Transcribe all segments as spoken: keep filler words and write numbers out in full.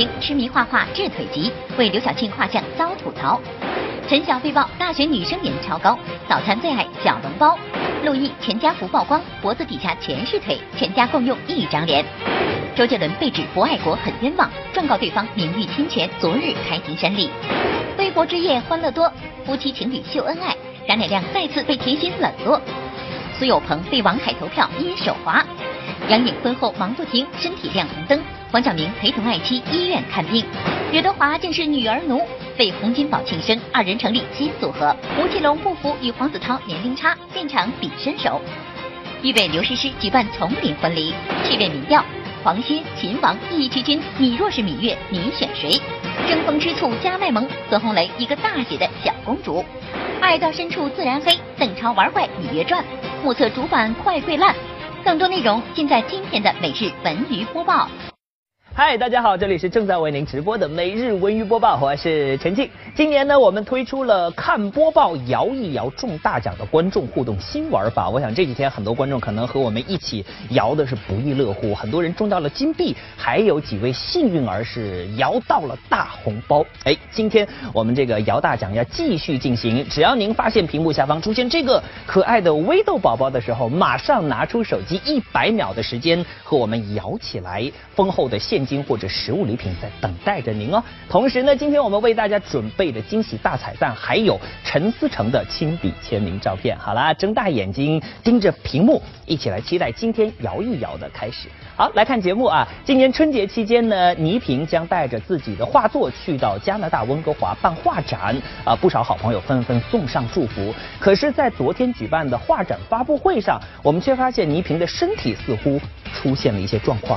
婷痴迷画画治腿疾，为刘晓庆画像遭吐槽。陈晓被曝大学女生脸超高，早餐最爱小笼包。陆毅全家福曝光，脖子底下全是腿，全家共用一张脸。周杰伦被指不爱国很冤枉，状告对方名誉侵权，昨日开庭审理。微博之夜欢乐多，夫妻情侣秀恩爱，冉乃亮再次被甜心冷落。苏有朋被王凯投票因手滑。杨颖婚后忙不停，身体亮红灯。黄晓明陪同爱妻医院看病。刘德华竟是女儿奴，被洪金宝庆生，二人成立新组合。吴奇隆不服与黄子韬年龄差，现场比身手。豫北刘诗诗举办丛林婚礼，趣味民调：黄歇、秦王、易居君，你若是芈月，你选谁？争风吃醋加卖萌，孙红雷一个大写的小公主。爱到深处自然黑，邓超玩坏芈月传，目测主板快跪烂。更多内容尽在今天的每日文娱播报。 嗨，大家好，这里是正在为您直播的每日文娱播报，我是陈静。今年呢，我们推出了看播报摇一摇中大奖的观众互动新玩法。我想这几天很多观众可能和我们一起摇的是不亦乐乎，很多人中到了金币，还有几位幸运儿是摇到了大红包。哎，今天我们这个摇大奖要继续进行，只要您发现屏幕下方出现这个可爱的微豆宝宝的时候，马上拿出手机，一百秒的时间和我们摇起来，丰厚的现金或者实物礼品在等待着您哦。同时呢，今天我们为大家准备的惊喜大彩蛋，还有陈思诚的亲笔签名照片。好啦，睁大眼睛盯着屏幕，一起来期待今天摇一摇的开始。好，来看节目啊！今年春节期间呢，倪萍将带着自己的画作去到加拿大温哥华办画展啊，不少好朋友纷纷送上祝福。可是，在昨天举办的画展发布会上，我们却发现倪萍的身体似乎出现了一些状况。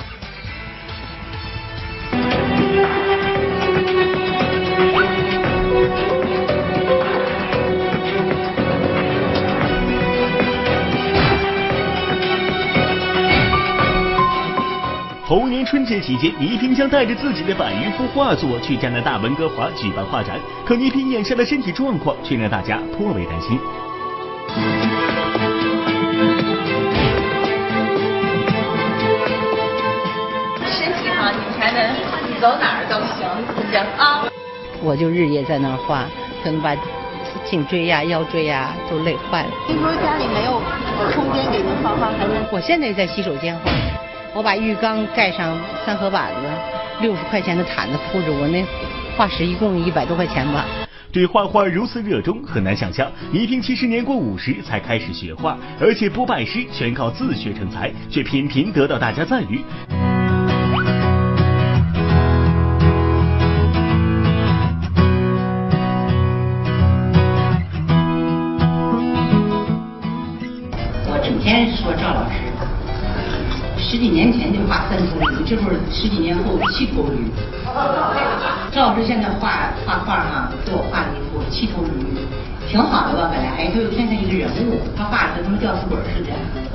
猴年春节期间，倪萍将带着自己的百余幅画作去加拿大温哥华举办画展，可倪萍眼下的身体状况却让大家颇为担心。 身体好，你才能走哪儿都行，行啊！ 我就日夜在那儿画，可能把颈椎呀、腰椎呀都累坏了。 听说家里没有空间给您画画，还是？ 我现在在洗手间画。我把浴缸盖上三合板子，六十块钱的毯子铺着，我那画室一共一百多块钱吧。 对画画如此热衷，很难想象倪萍其实年过五十才开始学画，而且不拜师，全靠自学成才，却频频得到大家赞誉。 我整天说赵老师。十几年前就画三头驴，这不是十几年后七头驴。赵老师现在画画画哈，给我画了一幅七头驴，挺好的吧？本来哎，他又变成一个人物，他画的跟他们吊死鬼似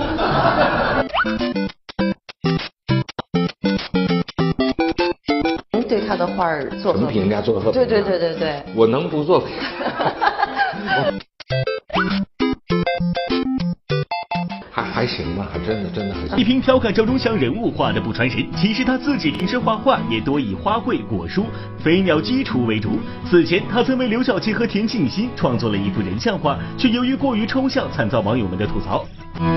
的。您对他的画做怎么评价做的特别？ 对对对对对， 我能不做？还还行吧，还真的真的还行。 倪萍调侃赵忠祥人物画的不传神，其实他自己平时画画也多以花卉、果蔬、飞鸟、鸡雏为主。此前他曾为刘晓庆和田沁鑫创作了一幅人像画，却由于过于抽象，惨遭网友们的吐槽。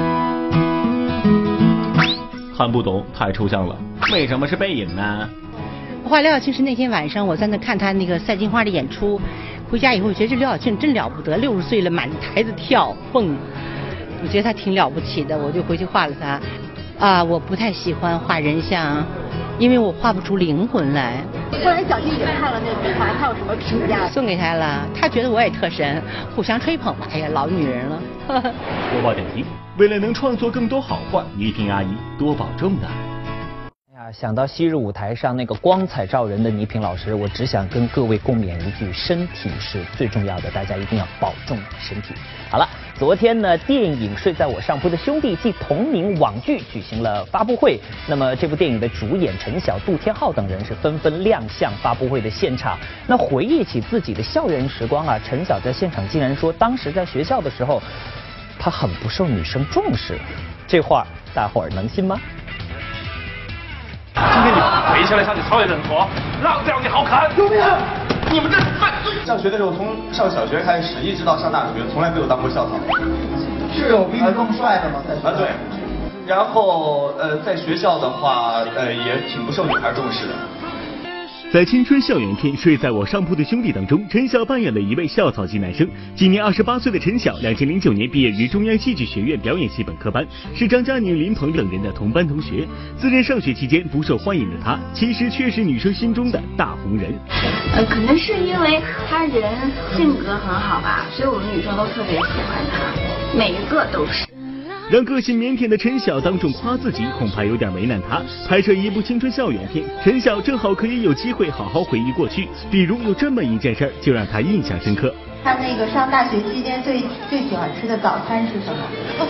看不懂，太抽象了。为什么是背影呢？ 画刘晓庆是那天晚上我在那看他那个赛金花的演出，回家以后我觉得这刘晓庆真了不得，六十岁了满台子跳蹦。我觉得他挺了不起的，我就回去画了他。啊，我不太喜欢画人像，因为我画不出灵魂来。 后来小静也看了那幅画，他有什么评价？ 送给他了，他觉得我也特神，互相吹捧吧。哎呀，老女人了。 播报点评：为了能创作更多好画，倪萍阿姨多保重呢。 哎呀，想到昔日舞台上那个光彩照人的倪萍老师，我只想跟各位共勉一句：身体是最重要的，大家一定要保重身体。好了。昨天呢，电影《睡在我上铺的兄弟》暨同名网剧举行了发布会。那么这部电影的主演陈晓、杜天浩等人是纷纷亮相发布会的现场。那回忆起自己的校园时光啊，陈晓在现场竟然说，当时在学校的时候，他很不受女生重视。这话大伙儿能信吗？ 今天跪下来向你曹野认错，让这样的好看。 救命！ 你们这是犯罪！ 上学的时候，从上小学开始，一直到上大学，从来没有当过校草。是有比你更帅的吗？在啊对。然后呃，在学校的话，呃也挺不受女孩重视的。 在青春校园片《睡在我上铺的兄弟》当中，陈晓扮演了一位校草级男生。今年二十八岁的陈晓，两千零九年毕业于中央戏剧学院表演系本科班，是张嘉宁、林鹏等人的同班同学。自认上学期间不受欢迎的他，其实却是女生心中的大红人。 呃，可能是因为他人性格很好吧，所以我们女生都特别喜欢他，每一个都是。 让个性腼腆的陈晓当众夸自己，恐怕有点为难他。拍摄一部青春校园片，陈晓正好可以有机会好好回忆过去。比如有这么一件事儿，就让他印象深刻。 他那个上大学期间最最喜欢吃的早餐是什么？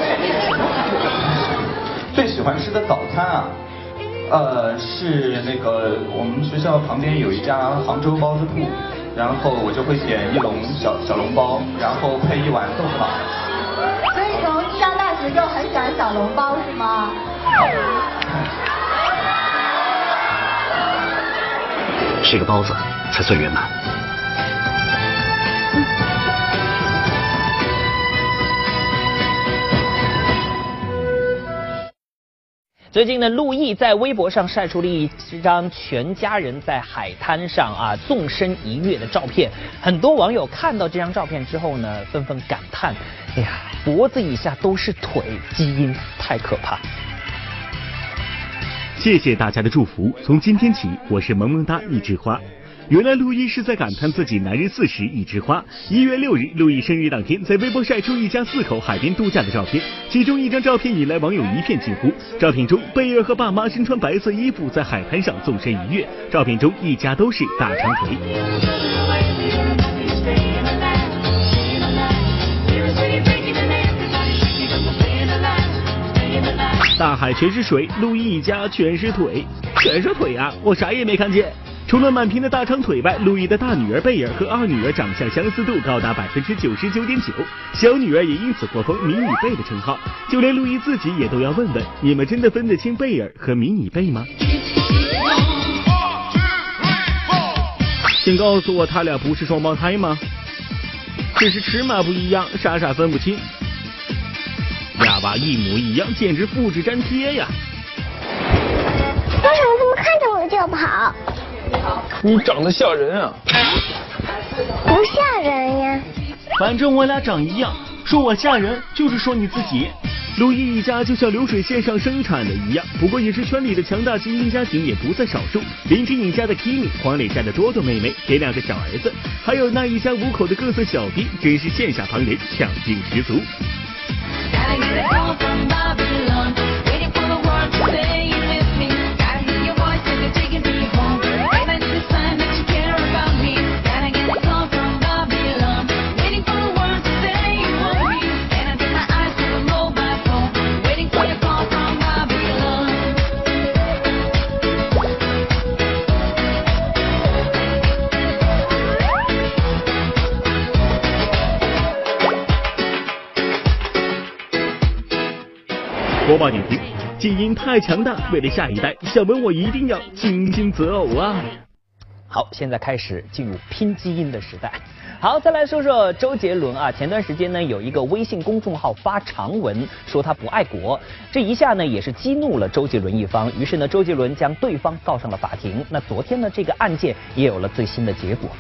最喜欢吃的早餐啊，呃，是那个我们学校旁边有一家杭州包子铺，然后我就会点一笼小小笼包，然后配一碗豆腐脑。 所以从上大学就很喜欢小笼包是吗？ 吃个包子才算圆满。 最近呢，陆毅在微博上晒出了一张全家人在海滩上啊纵身一跃的照片。很多网友看到这张照片之后呢，纷纷感叹：哎呀，脖子以下都是腿，基因太可怕。 谢谢大家的祝福，从今天起，我是萌萌哒一枝花。原来陆毅是在感叹自己男人四十一枝花。一月六日，陆毅生日当天，在微博晒出一家四口海边度假的照片，其中一张照片引来网友一片惊呼。照片中，贝尔和爸妈身穿白色衣服在海滩上纵身一跃，照片中一家都是大长腿。大海全是水，陆毅一家全是腿，全是腿啊！我啥也没看见。除了满屏的大长腿外，陆毅的大女儿贝尔和二女儿长相相似度高达百分之九十九点九，小女儿也因此获封迷你贝的称号。就连陆毅自己也都要问问：你们真的分得清贝尔和迷你贝吗？请告诉我，他俩不是双胞胎吗？只是尺码不一样，傻傻分不清。俩娃一模一样，简直复制粘贴呀！ 为什么这么看着我就跑？ 你长得吓人啊！ 不吓人呀。 反正我俩长一样，说我吓人就是说你自己。陆毅一家就像流水线上生产的一样，不过也是圈里的强大基因家庭也不在少数。林志颖家的 Kimi， 黄磊家的多多妹妹，给两个小儿子，还有那一家五口的各色小兵，真是羡煞旁人，抢镜十足。播报点评：基因太强大，为了下一代，小文我一定要精尽择偶啊！ 好，现在开始进入拼基因的时代。好，再来说说周杰伦啊，前段时间呢有一个微信公众号发长文说他不爱国，这一下呢也是激怒了周杰伦一方，于是呢周杰伦将对方告上了法庭。那昨天呢这个案件也有了最新的结果。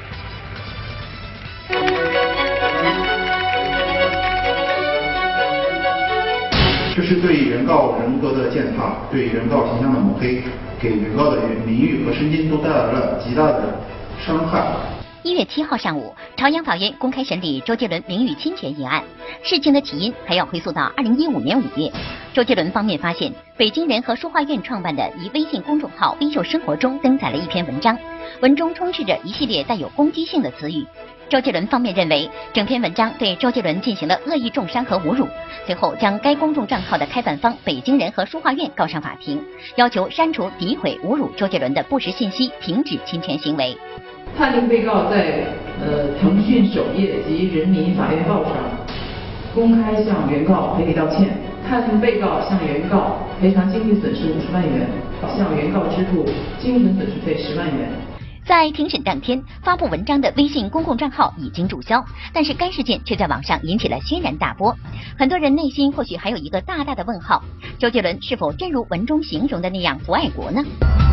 这是对原告人格的践踏，对原告形象的抹黑，给原告的名誉和身心都带来了极大的伤害。 一月七号上午，朝阳法院公开审理周杰伦名誉侵权一案。事情的起因还要回溯到二零一五年五月，周杰伦方面发现北京人和书画院创办的一微信公众号“微秀生活”中登载了一篇文章，文中充斥着一系列带有攻击性的词语。周杰伦方面认为，整篇文章对周杰伦进行了恶意重伤和侮辱，随后将该公众账号的开办方北京人和书画院告上法庭，要求删除诋毁、侮辱周杰伦的不实信息，停止侵权行为。 判令被告在呃腾讯首页及人民法院报上公开向原告赔礼道歉， 判被告向原告赔偿经济损失五十万元，向原告支付精神损失费十万元。 在庭审当天，发布文章的微信公共账号已经注销，但是该事件却在网上引起了轩然大波。很多人内心或许还有一个大大的问号：周杰伦是否真如文中形容的那样不爱国呢？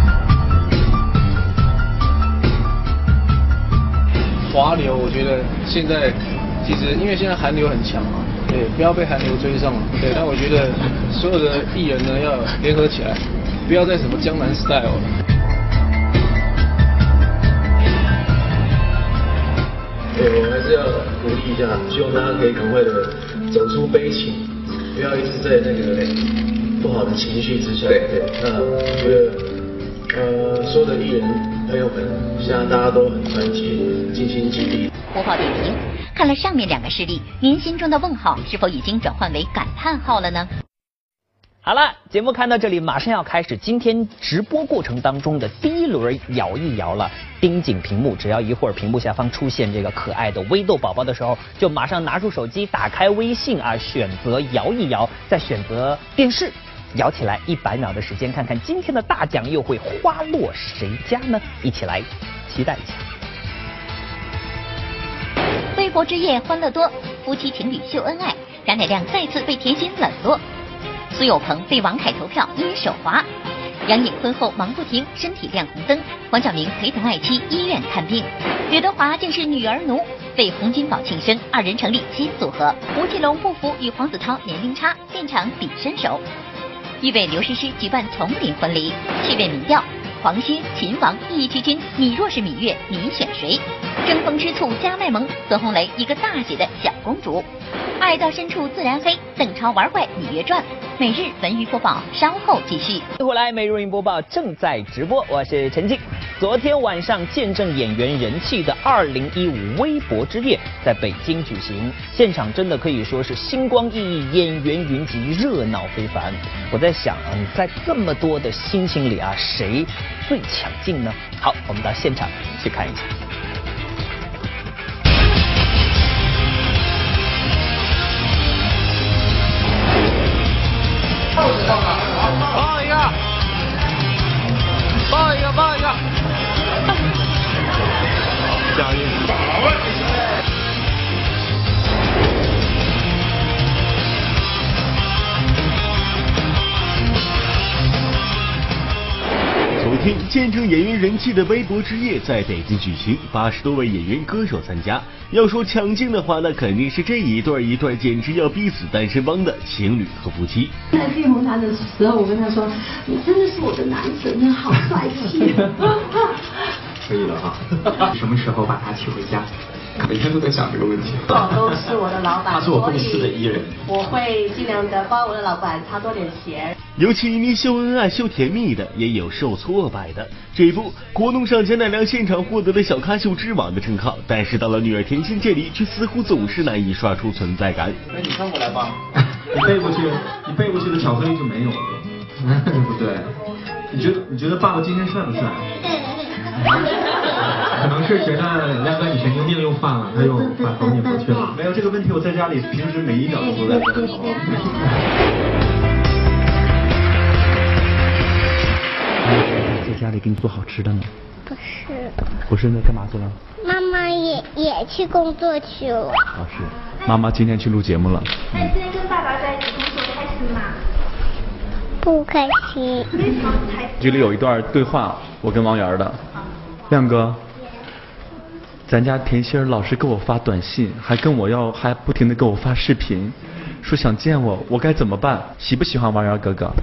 华流，我觉得现在其实因为现在韩流很强嘛，对，不要被韩流追上了。对，但我觉得所有的艺人呢要联合起来，不要再什么江南 style 了。 对，我还是要鼓励一下，希望大家可以赶快的走出悲情，不要一直在那个不好的情绪之下。对，那我觉得呃，所有的艺人朋友们，现在大家都很团结，尽心尽力。 播报点评：看了上面两个事例，您心中的问号是否已经转换为感叹号了呢？ 好了，节目看到这里，马上要开始今天直播过程当中的第一轮摇一摇了。盯紧屏幕，只要一会儿屏幕下方出现这个可爱的微豆宝宝的时候，就马上拿出手机，打开微信啊，选择摇一摇，再选择电视，摇起来一百秒的时间，看看今天的大奖又会花落谁家呢？一起来期待一下。 微博之夜欢乐多，夫妻情侣秀恩爱，贾乃亮再次被甜心冷落。苏有朋被王凯投票因手滑，杨颖婚后忙不停，身体亮红灯。黄晓明陪同爱妻医院看病，刘德华竟是女儿奴，为洪金宝庆生，二人成立新组合。吴奇隆不服与黄子韬年龄差，现场比身手。预备刘诗诗举办丛林婚礼，趣味民调：黄歇、秦王、易曲君，你若是芈月，你选谁？争风吃醋加卖萌，孙红雷一个大写的小公主。爱到深处自然黑，邓超玩坏芈月传。每日文娱播报稍后继续。 回来，每日文娱播报正在直播，我是陈静。昨天晚上见证演员人气的二零一五微博之夜在北京举行，现场真的可以说是星光熠熠，演员云集，热闹非凡。我在想啊，在这么多的星星里啊，谁最抢镜呢？好，我们到现场去看一下。 抱一个，抱一个，抱一个，加油！ 昨天见证演员人气的微博之夜在北京举行，八十多位演员歌手参加。要说抢镜的话，那肯定是这一对一对简直要逼死单身汪的情侣和夫妻。 在见红毯的时候，我跟他说：“你真的是我的男神，你好帅气。” 可以了哈，什么时候把他娶回家？每天都在想这个问题。 都是我的老板， 他是我公司的艺人， 我会尽量的帮我的老板擦多点鞋。 有情侣秀恩爱秀甜蜜的，也有受挫败的。这一部国弄上贾乃亮现场获得了小咖秀之王的称号，但是到了女儿甜心这里，却似乎总是难以刷出存在感。 哎，你看过来吧，你背过去，你背过去的巧克力就没有了，对不对？你觉得你觉得爸爸今天帅不帅？可能是觉得亮哥你神经病又犯了，他又把头拧回去了。 没有这个问题，我在家里平时每一秒钟都在思考。 在家里给你做好吃的呢？ 不是。 不是，那干嘛去了？ 妈妈也也去工作去了。 啊是，妈妈今天去录节目了。 那你今天跟爸爸在一起工作开心吗？不开心。为什么不开心？ 这里有一段对话，我跟王源的。亮哥，咱家甜心儿老是给我发短信，还跟我要，还不停的给我发视频，说想见我，我该怎么办？喜不喜欢王源哥哥？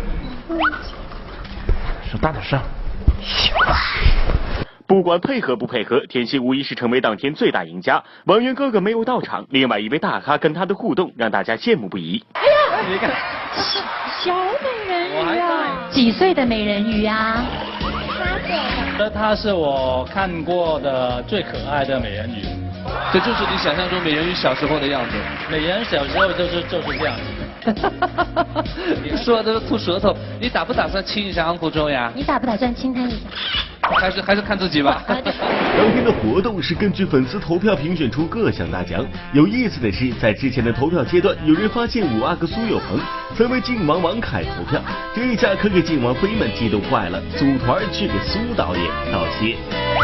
说大点声。 喜欢。 不管配合不配合，甜心无疑是成为当天最大赢家。王源哥哥没有到场，另外一位大咖跟他的互动让大家羡慕不已。 哎呀，你看，小美人鱼啊，几岁的美人鱼啊？ 这她是我看过的最可爱的美人鱼， 这就是你想象中美人鱼小时候的样子。 美人小时候就是就是这样子。 你说的吐舌头，你打不打算亲一下 Uncle Joe 呀？ 你打不打算亲他一下？ 还是还是看自己吧。 当天的活动是根据粉丝投票评选出各项大奖。有意思的是，在之前的投票阶段，有人发现五阿哥苏有朋曾为靖王王凯投票，这一下可给靖王妃们激动坏了，组团去给苏导演道谢。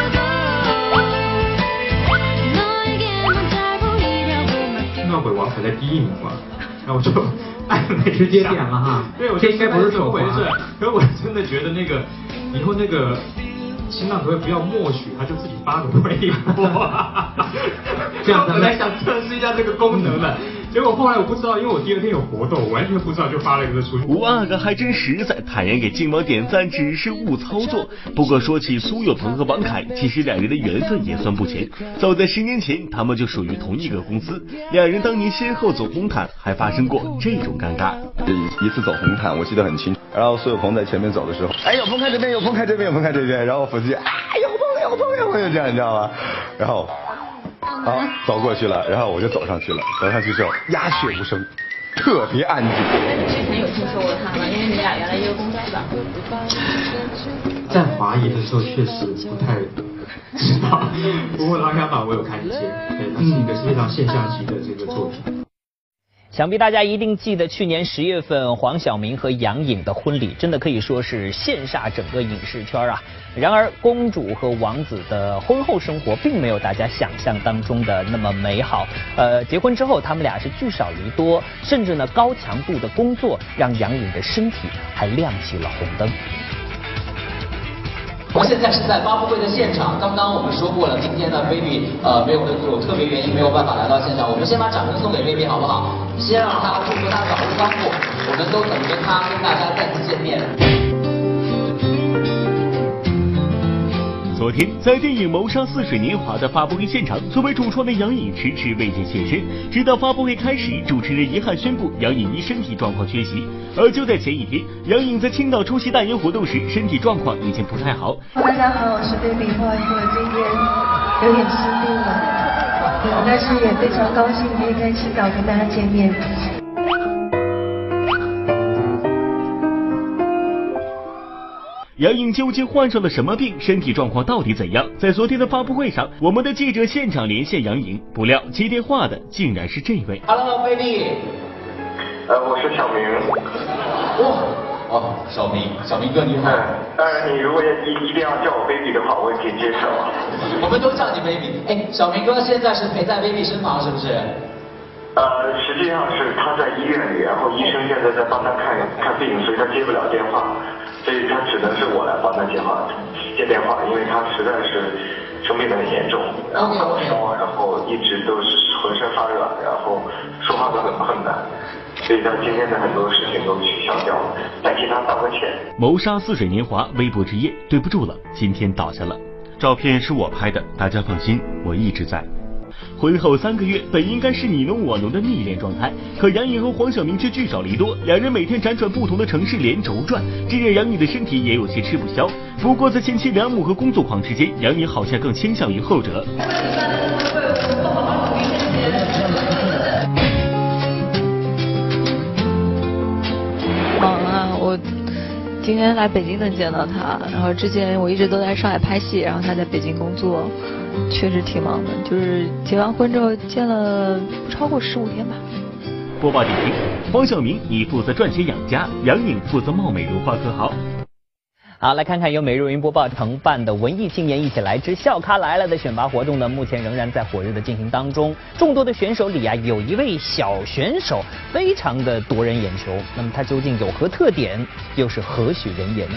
那会王凯在第一名嘛，然后我就按了那直接点了哈。对，我这应该不是怎么回事。可是我真的觉得那个以后那个新浪可不可以不要默许，他就自己发个微博，这样本来想测试一下这个功能的。结果后来我不知道，因为我第二天有活动，我完全不知道，就发了一个出去。 五阿哥还真实在，坦言给靖王点赞只是误操作。不过说起苏有朋和王凯，其实两人的缘分也算不浅。早在十年前，他们就属于同一个公司，两人当年先后走红毯，还发生过这种尴尬。 一次走红毯，我记得很清楚。然后苏有朋在前面走的时候，哎，有朋看这边，有朋看这边，有朋看这边，然后粉丝就啊，有朋有朋有朋，就这样，你知道吗？然后。好，走过去了，然后我就走上去了。走上去之后，鸦雀无声，特别安静。 那你之前有听说过他吗？因为你俩原来一个公司的。 在华谊的时候确实不太知道，不过《琅琊榜》我有看一些，对，它是一个非常现象级的这个作品。 想必大家一定记得去年十月份黄晓明和杨颖的婚礼，真的可以说是羡煞整个影视圈啊。然而公主和王子的婚后生活并没有大家想象当中的那么美好。呃，结婚之后他们俩是聚少离多，甚至呢高强度的工作让杨颖的身体还亮起了红灯。 我们现在是在发布会的现场，刚刚我们说过了，今天呢 baby 呃没有有特别原因没有办法来到现场，我们先把掌声送给 baby 好不好？先让他祝福他早日康复，我们都等着他跟大家再次见面。 昨天，在电影《谋杀似水年华》的发布会现场，作为主创的杨颖迟迟未见现身。直到发布会开始，主持人遗憾宣布杨颖因身体状况缺席。而就在前一天，杨颖在青岛出席代言活动时，身体状况已经不太好。 大家好，我是 baby， 不好意思，我今天有点生病了，但是也非常高兴可以在青岛跟大家见面。 杨颖究竟患上了什么病？身体状况到底怎样？在昨天的发布会上，我们的记者现场连线杨颖，不料接电话的竟然是这位。 Hello baby， 呃，我是小明。 哇，哦，小明，小明哥你好。 呃，你如果一一定要叫我 baby 的话，我也可以接受。 我们都叫你 baby。哎，小明哥现在是陪在 baby 身旁是不是？ 呃，实际上是他在医院里，然后医生现在在帮他看看病，所以他接不了电话。所以他只能是我来帮他接话接电话，因为他实在是生病得很严重，然后发烧，然后一直都是浑身发软，然后说话都很困难，所以他今天的很多事情都取消掉了，再替他道个歉。 谋杀似水年华微博之夜，对不住了，今天倒下了。照片是我拍的，大家放心，我一直在。婚后三个月，本应该是你侬我侬的蜜恋状态，可杨颖和黄晓明却聚少离多，两人每天辗转不同的城市连轴转，这让杨颖的身体也有些吃不消。不过在贤妻良母和工作狂之间，杨颖好像更倾向于后者。 忙啊，我今天来北京能见到他，然后之前我一直都在上海拍戏，然后他在北京工作。确实挺忙的，就是结完婚之后见了不超过十五天吧。 播报点评：黄晓明，你负责赚钱养家，杨颖负责貌美如花，可好？ 好，来看看由每日云播报承办的文艺青年一起来之笑咖来了的选拔活动呢，目前仍然在火热的进行当中。众多的选手里啊，有一位小选手非常的夺人眼球，那么他究竟有何特点，又是何许人也呢？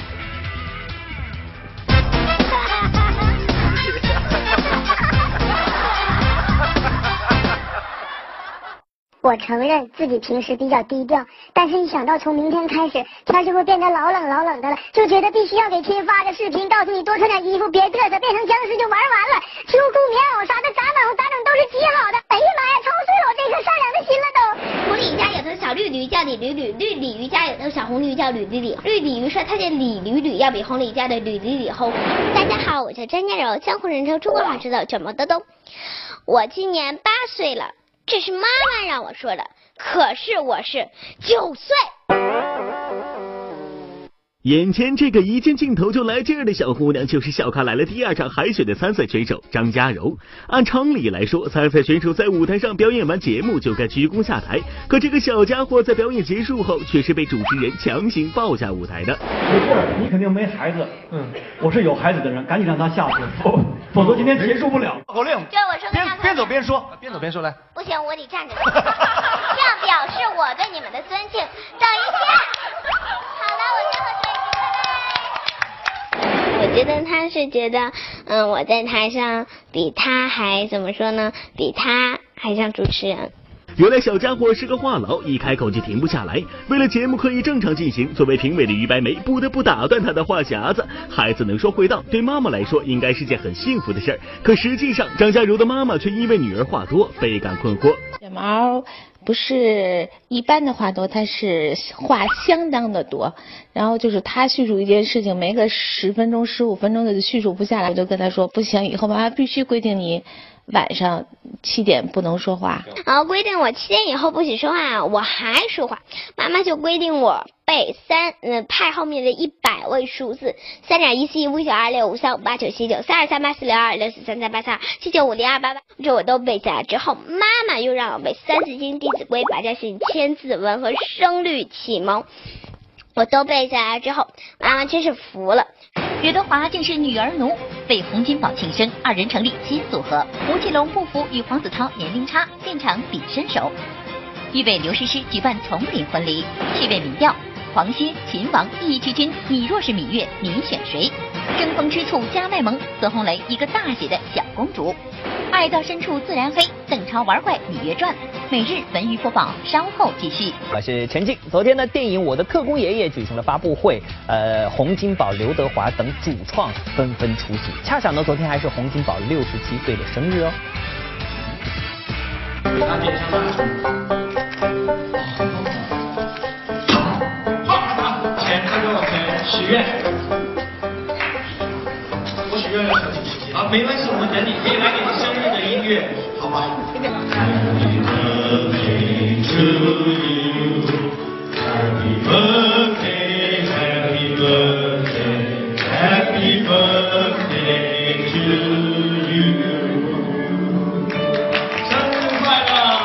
我承认自己平时比较低调，但是一想到从明天开始天就会变得老冷老冷的了，就觉得必须要给亲发个视频，告诉你多穿点衣服，别嘚瑟，变成僵尸就玩完了。秋裤棉袄啥的咋整咋整都是极好的。哎呀妈呀，操碎了我这颗善良的心了都。 红鲤鱼家有头小绿驴叫李驴驴，绿鲤鱼家有头小红驴叫吕吕吕，绿鲤鱼说他的李驴吕要比红鲤鱼家的吕吕吕厚。大家好，我叫张家柔，江湖人称中国好知道卷毛兜兜。我今年八岁了。这是妈妈让我说的，可是我是九岁。 眼前这个一见镜头就来劲儿的小姑娘，就是笑咖来了第二场海选的参赛选手张嘉柔。按常理来说，参赛选手在舞台上表演完节目就该鞠躬下台，可这个小家伙在表演结束后，却是被主持人强行抱下舞台的。 没错，你肯定没孩子，嗯，我是有孩子的人，赶紧让他下去，否则今天结束不了。 口令， 这我说边边走边说，边走边说来。 不行，我得站着，这样表示我对你们的尊敬。等一下，好了，我先和学。我觉得他是觉得，嗯，我在台上比他还怎么说呢？比他还像主持人。 原来小家伙是个话痨，一开口就停不下来。为了节目可以正常进行，作为评委的于白梅不得不打断他的话匣子。孩子能说会道，对妈妈来说应该是件很幸福的事儿。可实际上，张嘉柔的妈妈却因为女儿话多，倍感困惑。 小毛不是一般的话多，他是话相当的多。然后就是他叙述一件事情，没个十分钟、十五分钟的叙述不下来，我就跟他说，不行，以后妈妈必须规定你晚上七点不能说话。 然后规定我七点以后不许说话，我还说话，妈妈就规定我背三呃派后面的一百位数字，三点一四一五九二六五三五八九七九三二三八四六二六四三三八三二七九五零二八八，这我都背下来之后，妈妈又让我背《三字经》《弟子规》《百家姓》《千字文》和《声律启蒙》，我都背下来之后，妈妈真是服了。 刘德华竟是女儿奴，为洪金宝庆生，二人成立新组合。吴奇隆不服与黄子韬年龄差，现场比身手，预备刘诗诗举办丛林婚礼。趣味民调：黄歇、秦王、易区君，你若是芈月，你选谁？争风吃醋加卖萌，孙红雷一个大写的小公主。爱到深处自然黑，邓超玩坏芈月传。每日文娱播报，稍后继续。 我是陈静。昨天呢，电影《我的特工爷爷》举行了发布会，呃，洪金宝、刘德华等主创纷纷出席。恰巧呢，昨天还是洪金宝六十七岁的生日哦。 钱他给我钱，许愿。我许愿了小几十集啊，没关系，我们等你，可以来点生日的音乐，好吗？ To you, happy birthday, happy birthday, happy birthday to you. 生日快乐！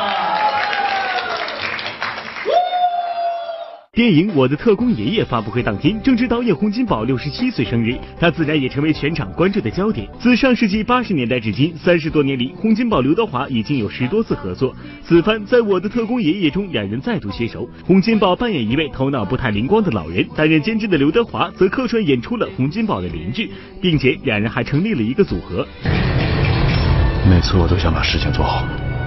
电影《我的特工爷爷》发布会当天，正值导演洪金宝六十七岁生日，他自然也成为全场关注的焦点。自上世纪八十年代至今，三十多年里，洪金宝、刘德华已经有十多次合作。此番在《我的特工爷爷》中，两人再度携手。洪金宝扮演一位头脑不太灵光的老人，担任监制的刘德华则客串演出了洪金宝的邻居，并且两人还成立了一个组合。 每次我都想把事情做好，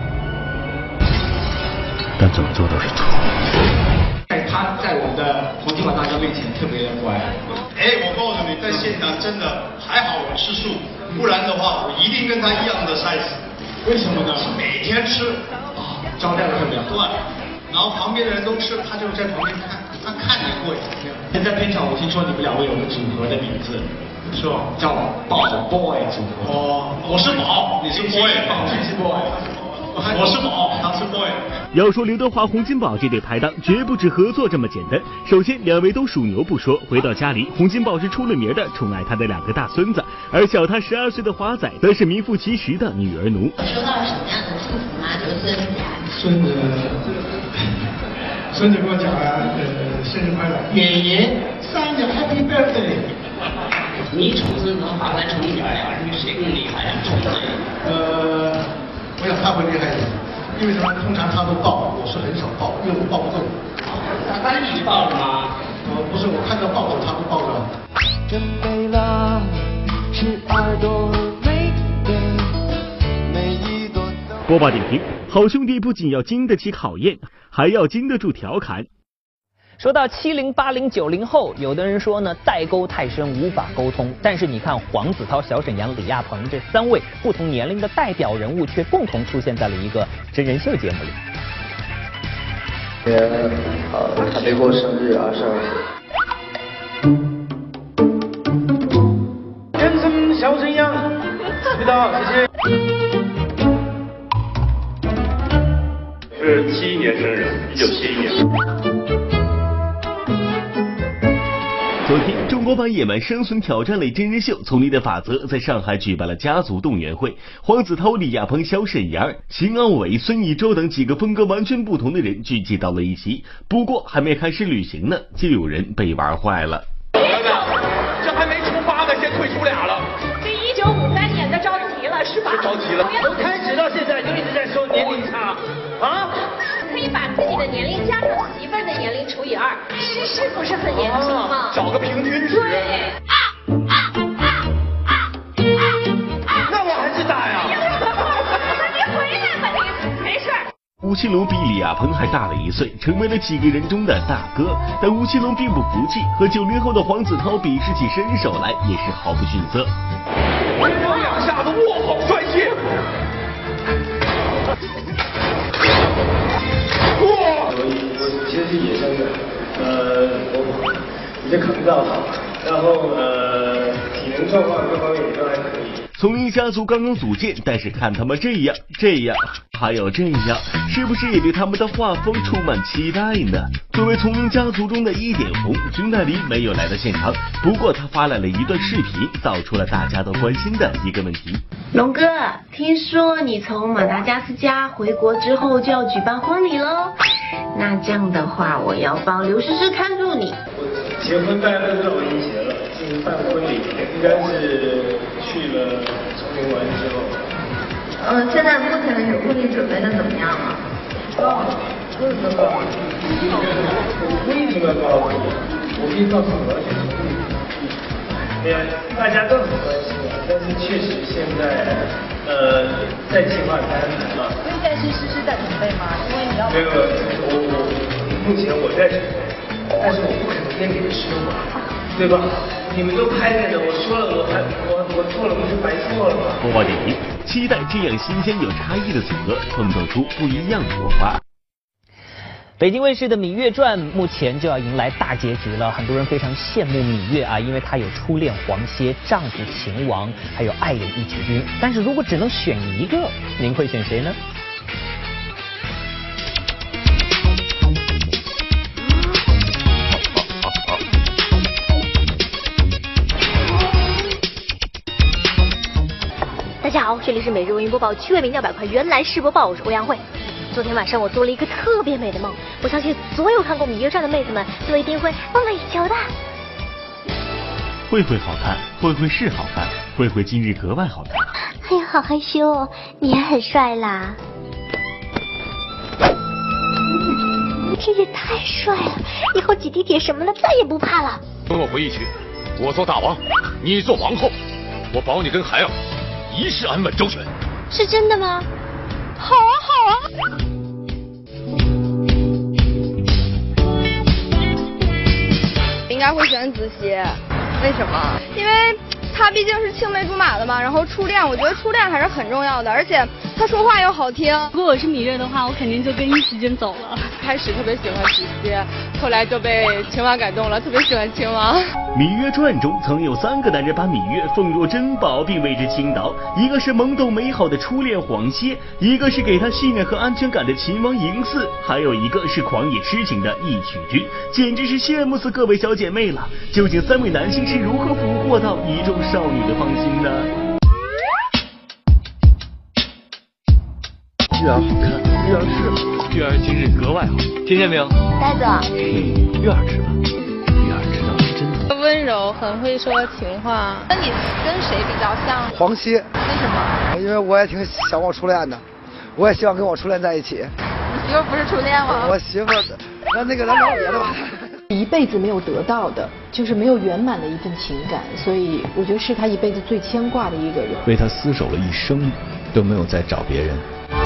但怎么做都是错。 他在我们的洪金宝大哥面前特别的乖。 哎，我告诉你，在现场真的还好我吃素，不然的话我一定跟他一样的 size。 为什么呢？ 每天吃啊，招待的特别好。 对，然后旁边的人都吃，他就在旁边看，他看你过瘾。 在片场，我听说你们两位有个组合的名字，是吧？叫宝 boy 组合。 哦，我是宝，你是 boy， 你是 boy。 我是宝，他是 boy。 要说刘德华、洪金宝这对拍档，绝不止合作这么简单。首先，两位都属牛不说，回到家里，洪金宝是出了名的宠爱他的两个大孙子，而小他十二岁的华仔则是名副其实的女儿奴。 收到了什么样的祝福吗？这个孙子？ 孙子，孙子跟我讲了，呃，生日快乐，爷爷生日 Happy Birthday。 你宠孙子和华仔宠女儿，两人比谁更厉害呀？宠谁？ 呃。 我想他会厉害一点，因为什么？通常他都抱，我是很少抱，因为我抱不动。 他他一直抱着吗？ 呃，不是，我看到抱着他都抱着。 真美了，是耳朵美的每一朵。 播报点评：好兄弟不仅要经得起考验，还要经得住调侃。 说到七零八零九零后，有的人说呢代沟太深无法沟通，但是你看黄子韬、小沈阳、李亚鹏这三位不同年龄的代表人物，却共同出现在了一个真人秀节目里。 今天呃还没过生日，二十二岁。 人生小沈阳，遇到谢谢。 是七一年生日，一九七一年。 昨天中国版《野蛮生存挑战》类真人秀《丛林的法则》在上海举办了家族动员会，黄子韬、李亚鹏、肖沈阳、邢傲伟、孙艺洲等几个风格完全不同的人聚集到了一起。不过还没开始旅行呢，就有人被玩坏了。 朋友们，这还没出发呢，先退出俩了。 比一九五三年的着急了是吧？ 着急了， 从开始到现在就一直在说年龄差啊。 可以把自己的年龄加上媳妇儿的年龄除以二，诗诗不是很严谨吗？ 找个平均值。 对。啊啊啊啊啊！ 那我还是大呀。 那你回来吧，你没事。 吴奇隆比李亚鹏还大了一岁，成为了几个人中的大哥。但吴奇隆并不服气，和九零后的黄子韬比试起身手来也是毫不逊色。 我两下子握好专心。 我我其实是野生的，呃，我已经考虑到好，然后呃，体能状况各方面也都还可以。 丛林家族刚刚组建，但是看他们这样这样还有这样，是不是也对他们的画风充满期待呢？作为丛林家族中的一点红，君代理没有来到现场，不过他发来了一段视频，道出了大家都关心的一个问题。 龙哥，听说你从马达加斯加回国之后就要举办婚礼喽？那这样的话，我要帮刘诗诗看住你。 我结婚大家都知道我已经结了，就是办婚礼，应该是去了丛林玩之后。 呃，现在目前为止婚礼准备的怎么样了？ 啊，不是很好。我为什么要告诉你？我可以告诉你完全是不一样。对呀，大家都很关心啊，但是确实现在呃在计划当中嘛。 现在是诗诗在准备吗？因为你要。 没有，我我目前我在准备，但是我不可能跟你们说嘛，对吧？你们都拍着呢，我说了，我还我我做了，不是白做了吗？ 播报点评：期待这样新鲜有差异的组合，创造出不一样的火花。 北京卫视的《芈月传》目前就要迎来大结局了，很多人非常羡慕芈月啊，因为她有初恋黄歇、丈夫秦王，还有爱人义渠君。但是如果只能选一个，您会选谁呢？ 大家好，这里是每日文娱播报趣味民调板块原来试播报，我是欧阳慧。昨天晚上我做了一个特别美的梦，我相信所有看过《芈月传》的妹子们都一定会梦寐以求的。 慧慧好看，慧慧是好看，慧慧今日格外好看。 哎呀，好害羞哦，你也很帅啦。这也太帅了，以后挤地铁什么的再也不怕了。 跟我回忆去，我做大王，你做王后，我保你跟孩儿一世安稳周全。 是真的吗？好啊，好啊。 应该会选子熙，为什么？因为他毕竟是青梅竹马的嘛，然后初恋，我觉得初恋还是很重要的，而且他说话又好听。 如果我是芈月的话，我肯定就跟义渠君走了。 开始特别喜欢子熙，后来就被秦王感动了，特别喜欢秦王。 《芈月传》中曾有三个男人把芈月奉若珍宝，并为之倾倒，一个是懵懂美好的初恋黄歇，一个是给他信任和安全感的秦王嬴驷，还有一个是狂野痴情的义渠君，简直是羡慕死各位小姐妹了。究竟三位男星是如何俘获到一众少女的芳心呢？ 月儿好看，月儿是月儿今日格外好，听见没有？ 呆子， 月儿知道，月儿知道是真的。 温柔，很会说情话。那你跟谁比较像？ 黄歇。 为什么？ 因为我也挺想我初恋的，我也希望跟我初恋在一起。 你媳妇不是初恋吗？ 我媳妇，那那个咱聊别的吧。 一辈子没有得到的，就是没有圆满的一份情感，所以我觉得是他一辈子最牵挂的一个人。 为他厮守了一生，都没有再找别人。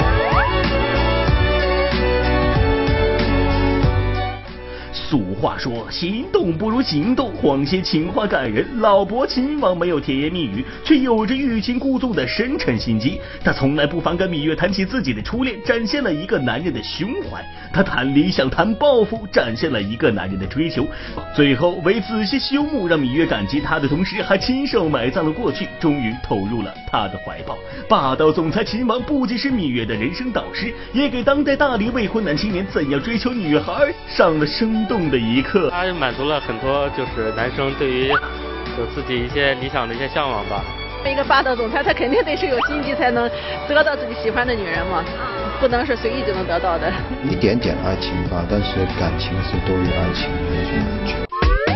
俗话说，心动不如行动。黄歇情话感人，老伯秦王没有甜言蜜语，却有着欲擒故纵的深沉心机。他从来不反感芈月谈起自己的初恋，展现了一个男人的胸怀。他谈理想，谈抱负，展现了一个男人的追求。最后为子熙修墓，让芈月感激他的同时，还亲手埋葬了过去，终于投入了他的怀抱。霸道总裁秦王不仅是芈月的人生导师，也给当代大龄未婚男青年怎样追求女孩上了生动动的一刻。 他满足了很多就是男生对于有自己一些理想的一些向往吧。 一个霸道总裁，他肯定得是有心机才能得到自己喜欢的女人嘛，不能是随意就能得到的。 一点点爱情吧，但是感情是多于爱情的那种感觉。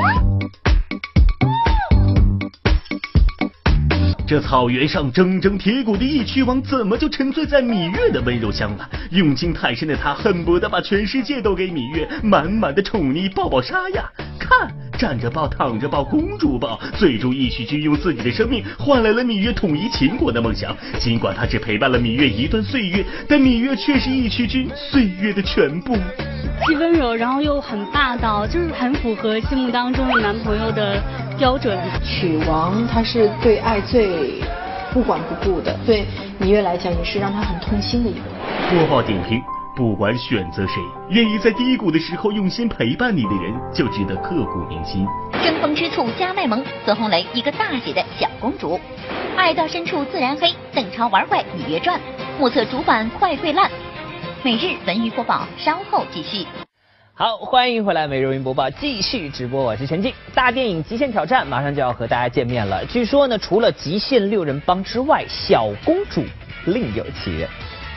这草原上铮铮铁骨的义区王，怎么就沉醉在芈月的温柔乡了？用情太深的他，恨不得把全世界都给芈月，满满的宠溺，抱抱杀呀！看，站着抱，躺着抱，公主抱，最终义区君用自己的生命换来了芈月统一秦国的梦想。尽管他只陪伴了芈月一段岁月，但芈月却是义区君岁月的全部。 既温柔，然后又很霸道，就是很符合心目当中的男朋友的标准。 曲王他是对爱最不管不顾的，对芈月来讲也是让他很痛心的一个人。 播报点评：不管选择谁，愿意在低谷的时候用心陪伴你的人，就值得刻骨铭心。 争风吃醋加卖萌，孙红雷一个大写的小公主，爱到深处自然黑，邓超玩坏芈月传，目测主板快跪烂。每日文娱播报，稍后继续。 好，欢迎回来，每日文娱播报继续直播，我是陈静。大电影《极限挑战》马上就要和大家见面了。据说呢，除了极限六人帮之外，小公主另有其人。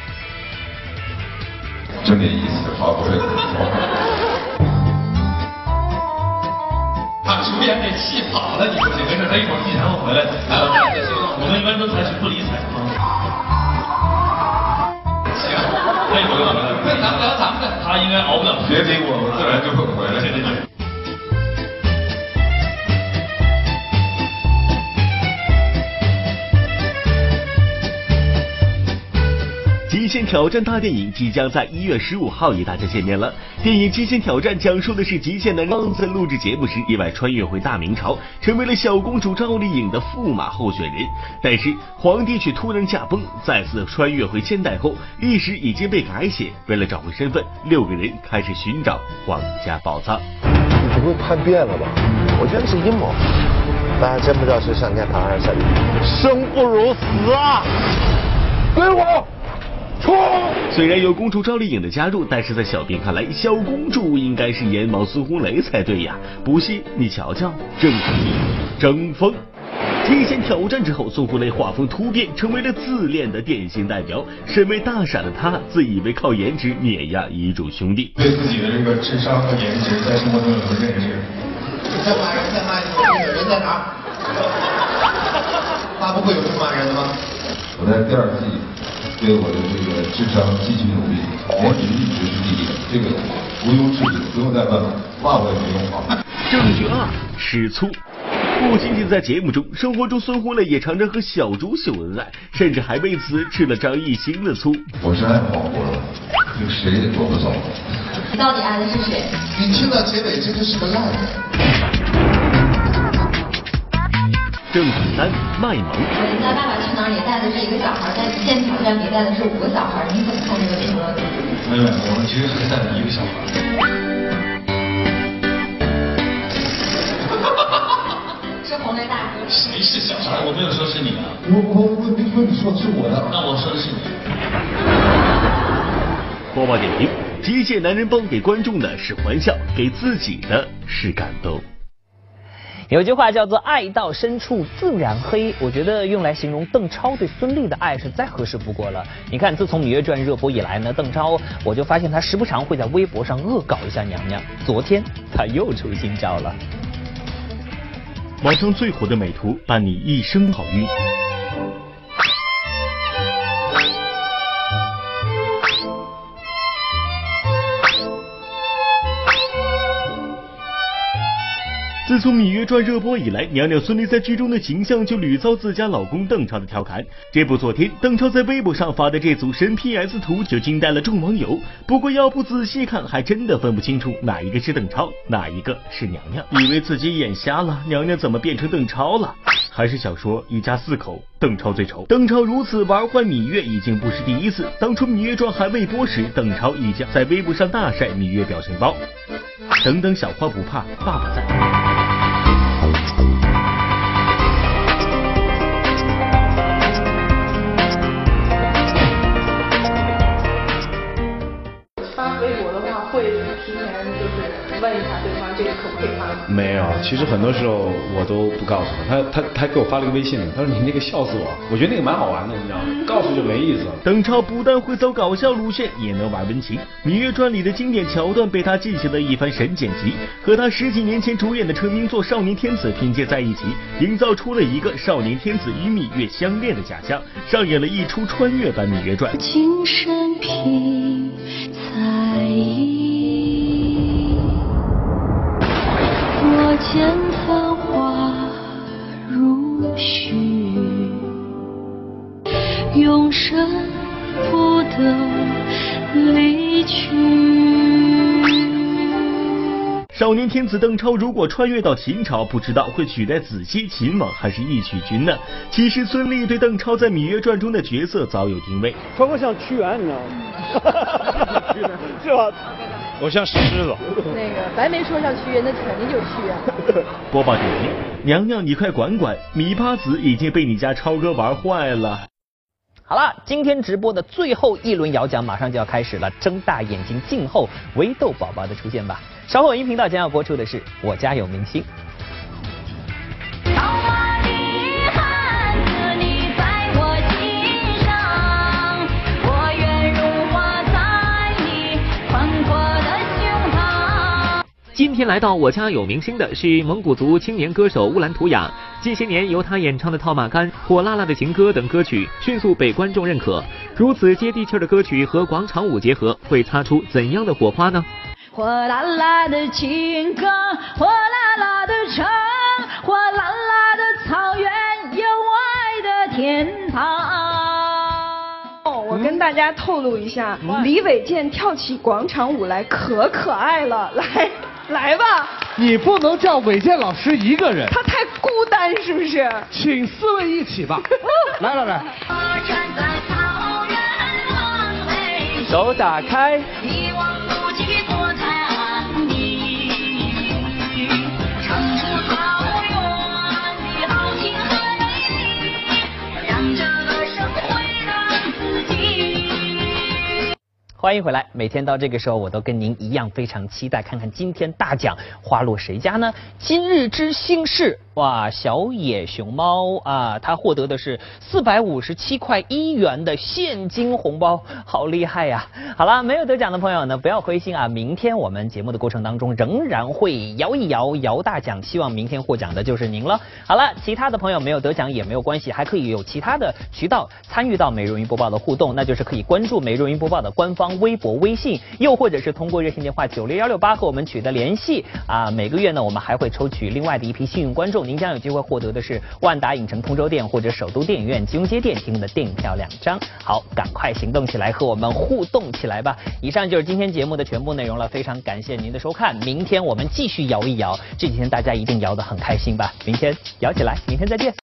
这点意思的话不会很多。 他主演给气跑了，你不行，没事，他一会儿闭然后回来。我们一般都采取不理睬的方式。行，他一会儿就回来。那咱们聊咱们的，他应该熬不了。 别理我，我自然就会回来。 对对对。 极限挑战大电影即将在一月十五号与大家见面了。电影《极限挑战》讲述的是极限男人在录制节目时意外穿越回大明朝，成为了小公主赵丽颖的驸马候选人。但是皇帝却突然驾崩，再次穿越回现代后，历史已经被改写。为了找回身份，六个人开始寻找皇家宝藏。 你不会叛变了吧？我觉得是阴谋。大家真不知道是上天堂还是下地狱。生不如死啊！跟我！ 虽然有公主赵丽颖的加入，但是在小编看来，小公主应该是颜毛孙红雷才对呀！不信你瞧瞧，正题争锋。极限挑战之后，孙红雷画风突变，成为了自恋的典型代表。身为大傻的他，自以为靠颜值碾压遗嘱兄弟， 对自己的这个智商和颜值在生活中有个认知。 再骂人，再骂一个人在哪？他不会有这骂人的吗？ 我在第二季。对我的这个智商积极努力，颜值一直是第一，这个毋庸置疑，不用再问了，骂我也没用啊。 证据二：吃醋。不仅仅在节目中，生活中孙红雷也常常和小猪秀恩爱，甚至还为此吃了张艺兴的醋。 我是爱黄渤的，就谁也夺不走。 你到底爱的是谁？ 你听到结尾，这就是个烂人。 正题三：卖萌。 我在《爸爸去哪儿》里带的是一个小孩，在《极限挑战》里带的是五个小孩，你怎么看这个评论？ 没有，我们其实还带了一个小孩。 是红雷大哥。 谁是小孩？我没有说是你啊。 我我我没说你说是我的， 那我说的是你。 播报点评：极限男人帮给观众的是欢笑，给自己的是感动。 有句话叫做爱到深处自然黑，我觉得用来形容邓超对孙俪的爱是再合适不过了。你看，自从《芈月传》热播以来呢，邓超我就发现他时不常会在微博上恶搞一下娘娘。昨天他又出新招了。 网上最火的美图，伴你一生好运。自从《芈月传》热播以来，娘娘孙俪在剧中的形象就屡遭自家老公邓超的调侃。这不，昨天邓超在微博上发的这组神 P S 图就惊呆了众网友。不过要不仔细看，还真的分不清楚哪一个是邓超，哪一个是娘娘。以为自己眼瞎了，娘娘怎么变成邓超了？还是小说一家四口，邓超最丑。邓超如此玩坏芈月已经不是第一次。当初《芈月传》还未播时，邓超一家在微博上大晒芈月表情包。等等，小花不怕，爸爸在。 发微博的话，会提前就是问一下对没有，其实很多时候我都不告诉他，他他他还给我发了个微信呢，他说你那个笑死我，我觉得那个蛮好玩的，你知道吗？告诉就没意思了。 邓超不但会走搞笑路线，也能玩温情，《芈月传》里的经典桥段被他进行了一番神剪辑，和他十几年前主演的成名作《少年天子》拼接在一起，营造出了一个少年天子与芈月相恋的假象，上演了一出穿越版《芈月传》。 今生凭才艺，我见繁华如许，永生不得离去。 少年天子邓超如果穿越到秦朝，不知道会取代子期、秦王还是义渠君呢？其实孙俪对邓超在《芈月传》中的角色早有定位， 超哥像屈原，你知道吗？是吧？ 我像石狮子。 那个白没说像屈原，那肯定就是屈原。 播报点评：娘娘你快管管，芈八子已经被你家超哥玩坏了。 好了，今天直播的最后一轮摇奖马上就要开始了，睁大眼睛静候豌豆宝宝的出现吧。稍后音频道将要播出的是《我家有明星》。 今天来到我家有明星的是蒙古族青年歌手乌兰图雅。近些年由他演唱的《套马杆》《火辣辣的情歌》等歌曲迅速被观众认可。如此接地气的歌曲和广场舞结合，会擦出怎样的火花呢？ 火辣辣的情歌，火辣辣的城，火辣辣的草原，有爱的天堂。 我跟大家透露一下，嗯、李伟健跳起广场舞来可可爱了，来来吧！ 你不能叫伟健老师一个人， 他太孤单是不是？ 请四位一起吧，来来来， 手打开。 欢迎回来，每天到这个时候，我都跟您一样非常期待，看看今天大奖花落谁家呢？今日之星是哇，小野熊猫啊，它获得的是四百五十七块一元的现金红包，好厉害呀！好了，没有得奖的朋友呢，不要灰心啊，明天我们节目的过程当中仍然会摇一摇摇大奖，希望明天获奖的就是您了。好了，其他的朋友没有得奖也没有关系，还可以有其他的渠道参与到每日云播报的互动，那就是可以关注每日云播报的官方微博、微信，又或者是通过热线电话九六幺六八和我们取得联系啊。每个月呢，我们还会抽取另外的一批幸运观众，您将有机会获得的是万达影城通州店或者首都电影院金融街店提供的电影票两张。好，赶快行动起来，和我们互动起来吧。以上就是今天节目的全部内容了，非常感谢您的收看。明天我们继续摇一摇，这几天大家一定摇得很开心吧？明天摇起来，明天再见。